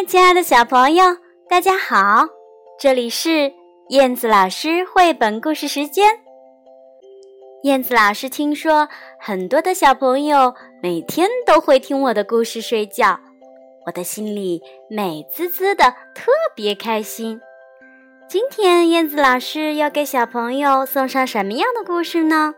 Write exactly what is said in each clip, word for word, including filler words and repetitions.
亲爱的小朋友，大家好，这里是燕子老师绘本故事时间。燕子老师听说很多的小朋友每天都会听我的故事睡觉，我的心里美滋滋的，特别开心。今天燕子老师要给小朋友送上什么样的故事呢？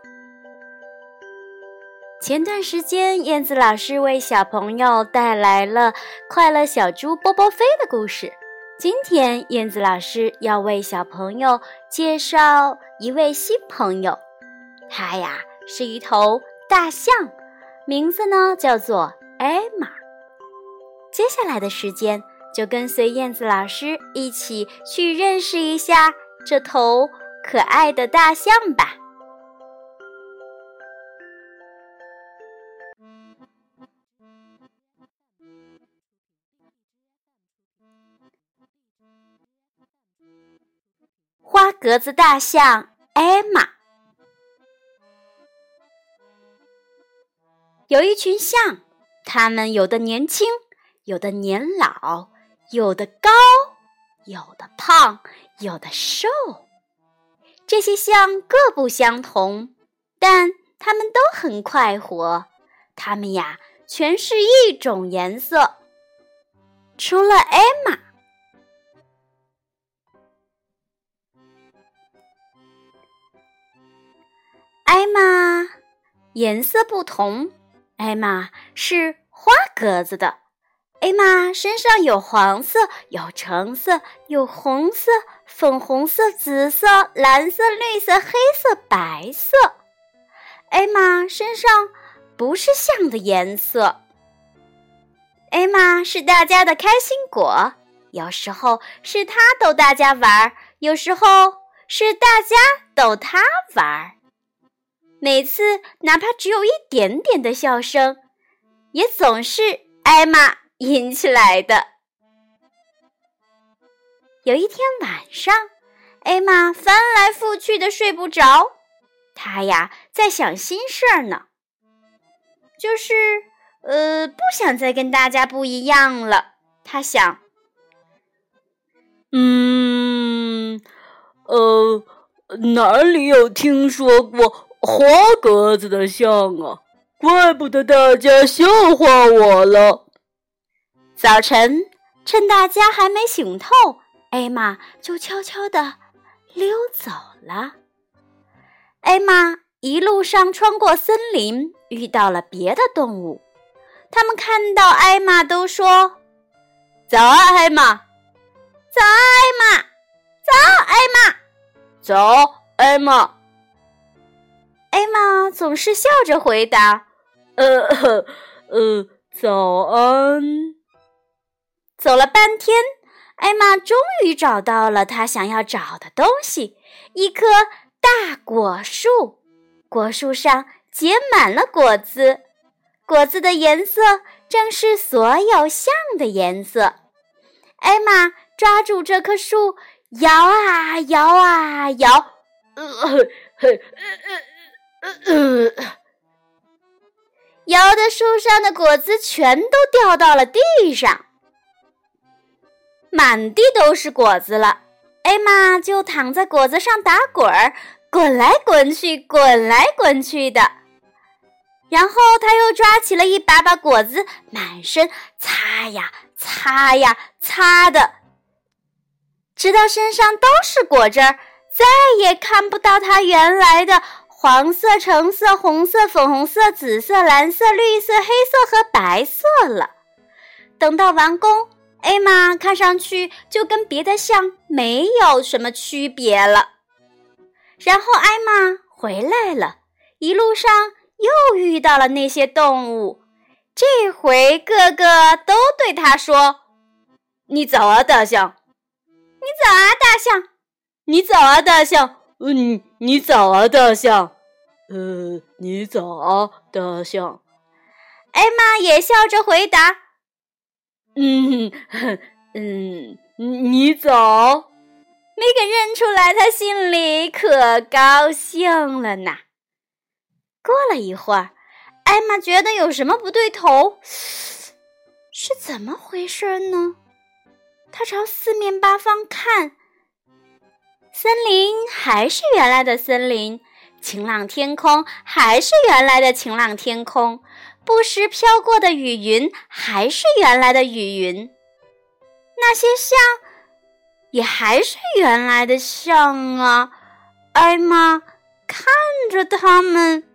前段时间，燕子老师为小朋友带来了快乐小猪波波飞的故事。今天，燕子老师要为小朋友介绍一位新朋友，他呀是一头大象，名字呢叫做艾玛。接下来的时间，就跟随燕子老师一起去认识一下这头可爱的大象吧。花格子大象艾玛。有一群象，它们有的年轻，有的年老，有的高，有的胖，有的瘦。这些象各不相同，但它们都很快活。它们呀，全是一种颜色，除了艾玛。艾玛颜色不同，艾玛是花格子的。艾玛身上有黄色，有橙色，有红色，粉红色，紫色，蓝色，绿色，黑色，白色。艾玛身上不是象的颜色。艾玛是大家的开心果，有时候是她逗大家玩，有时候是大家逗她玩。每次哪怕只有一点点的笑声，也总是艾玛引起来的。有一天晚上，艾玛翻来覆去的睡不着，她呀在想心事儿呢，就是呃不想再跟大家不一样了。她想， 嗯，呃，哪里有听说过花格子的象啊？怪不得大家笑话我了。 早晨，趁大家还没醒透，艾玛就悄悄地溜走了。艾玛一路上穿过森林，遇到了别的动物。他们看到艾玛都说：“ 早啊，艾玛！ 早啊，艾玛！早，艾玛！ 早，艾玛！” 艾玛总是笑着回答：“ 呃呃，早安。” 走了半天，艾玛终于找到了她想要找的东西，一棵大果树。果树上结满了果子，果子的颜色正是所有象的颜色。艾玛抓住这棵树，摇啊摇啊摇， 呃呃呃呃呃摇的树上的果子全都掉到了地上，满地都是果子了。艾玛就躺在果子上打滚儿，滚来滚去，滚来滚去的。然后他又抓起了一把把果子，满身擦呀擦呀擦的，直到身上都是果汁儿，再也看不到他原来的黄色、橙色、红色、粉红色、紫色、蓝色、绿色、黑色和白色了。等到完工，艾玛看上去就跟别的象没有什么区别了。然后艾玛回来了，一路上又遇到了那些动物，这回个个都对她说：“ 你早啊，大象！ 你早啊，大象！ 你早啊，大象！嗯，你早啊，大象！呃，你早啊，大象！” 艾玛也笑着回答：“ 嗯嗯，你早。” 没给认出来，他心里可高兴了呢。过了一会儿，艾玛觉得有什么不对头，是怎么回事呢？ 他朝四面八方看，森林还是原来的森林，晴朗天空还是原来的晴朗天空，不时飘过的雨云还是原来的雨云，那些象也还是原来的象啊。艾玛看着它们，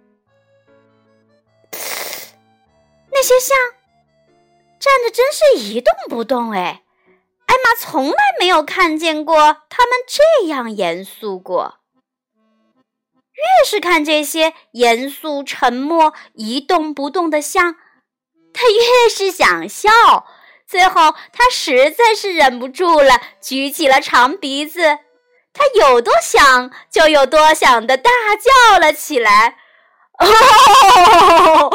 那些象站着真是一动不动哎，艾玛从来没有看见过它们这样严肃过。越是看这些严肃、沉默、一动不动的象，他越是想笑。最后，他实在是忍不住了，举起了长鼻子。他有多想就有多想地大叫了起来。哦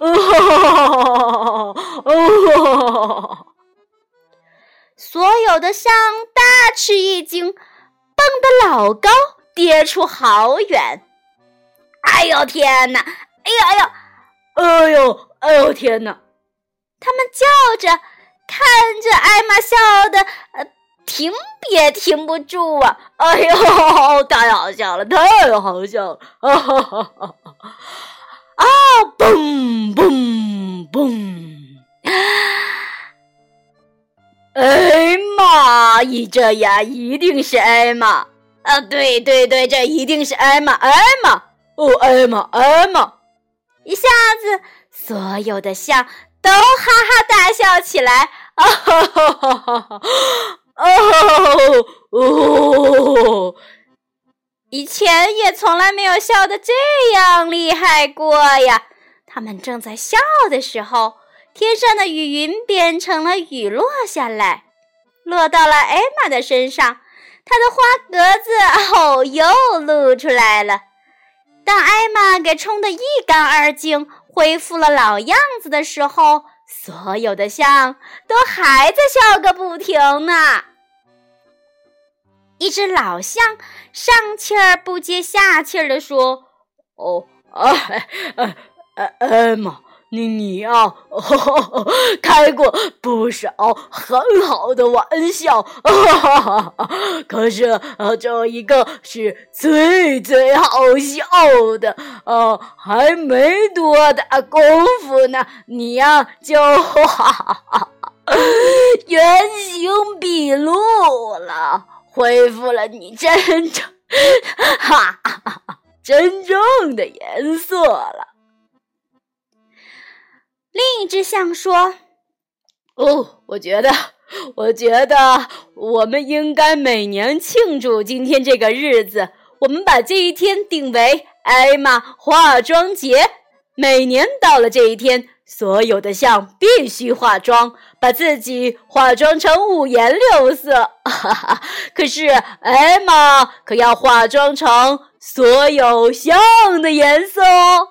哦哦、所有的象大吃一惊，蹦得老高，跌出好远。哎呦天哪！哎呦哎呦！ 哎呦哎呦天哪！ 他们叫着，看着艾玛笑的，呃，停也停不住啊！哎呦，太好笑了，太好笑了！啊哈哈哈！啊，嘣嘣嘣！ 艾玛，你这呀，一定是艾玛啊！对对对，这一定是艾玛，艾玛！ 哦，艾玛，艾玛！ 一下子，所有的象都哈哈大笑起来。啊哈哈哈哈哈！ 哦哦！ 以前也从来没有笑得这样厉害过呀！他们正在笑的时候，天上的雨云变成了雨落下来，落到了艾玛的身上，她的花格子哦又露出来了。当艾玛给冲得一干二净，恢复了老样子的时候，所有的象都还在笑个不停呢。一只老象上气儿不接下气儿地说：“ 哦，哎哎哎，艾玛，你你呀、啊哦，开过不少很好的玩笑，哦、可是呃，这一个是最最好笑的，呃，还没多大功夫呢，你呀、啊、就哈哈哈原形毕露了，恢复了你真正哈哈真正的颜色了。” 另一只象说：“ 哦，我觉得，我觉得我们应该每年庆祝今天这个日子。我们把这一天定为艾玛化妆节。每年到了这一天，所有的象必须化妆，把自己化妆成五颜六色。哈哈，可是艾玛可要化妆成所有象的颜色哦。”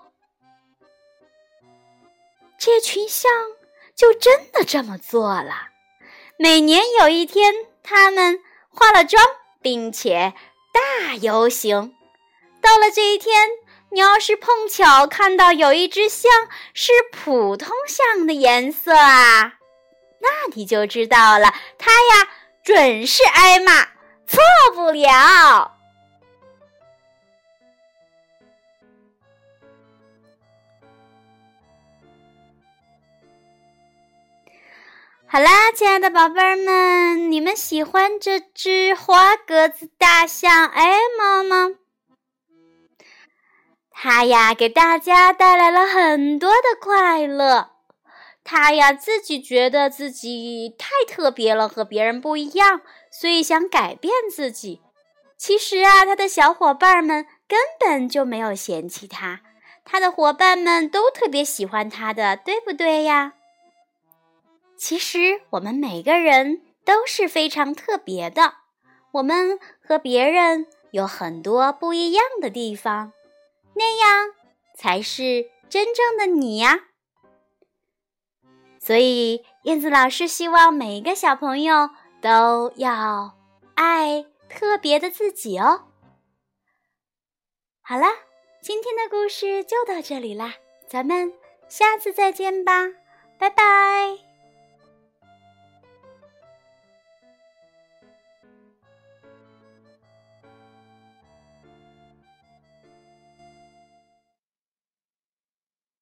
这群象就真的这么做了。每年有一天，他们化了妆，并且大游行。到了这一天，你要是碰巧看到有一只象是普通象的颜色啊，那你就知道了，它呀准是艾玛，错不了。好啦，亲爱的宝贝儿们，你们喜欢这只花格子大象艾玛吗？它呀，给大家带来了很多的快乐。它呀，自己觉得自己太特别了，和别人不一样，所以想改变自己。其实啊，它的小伙伴们根本就没有嫌弃它，它的伙伴们都特别喜欢它的，对不对呀？其实我们每个人都是非常特别的，我们和别人有很多不一样的地方，那样才是真正的你呀。所以燕子老师希望每一个小朋友都要爱特别的自己哦。好啦，今天的故事就到这里啦，咱们下次再见吧，拜拜。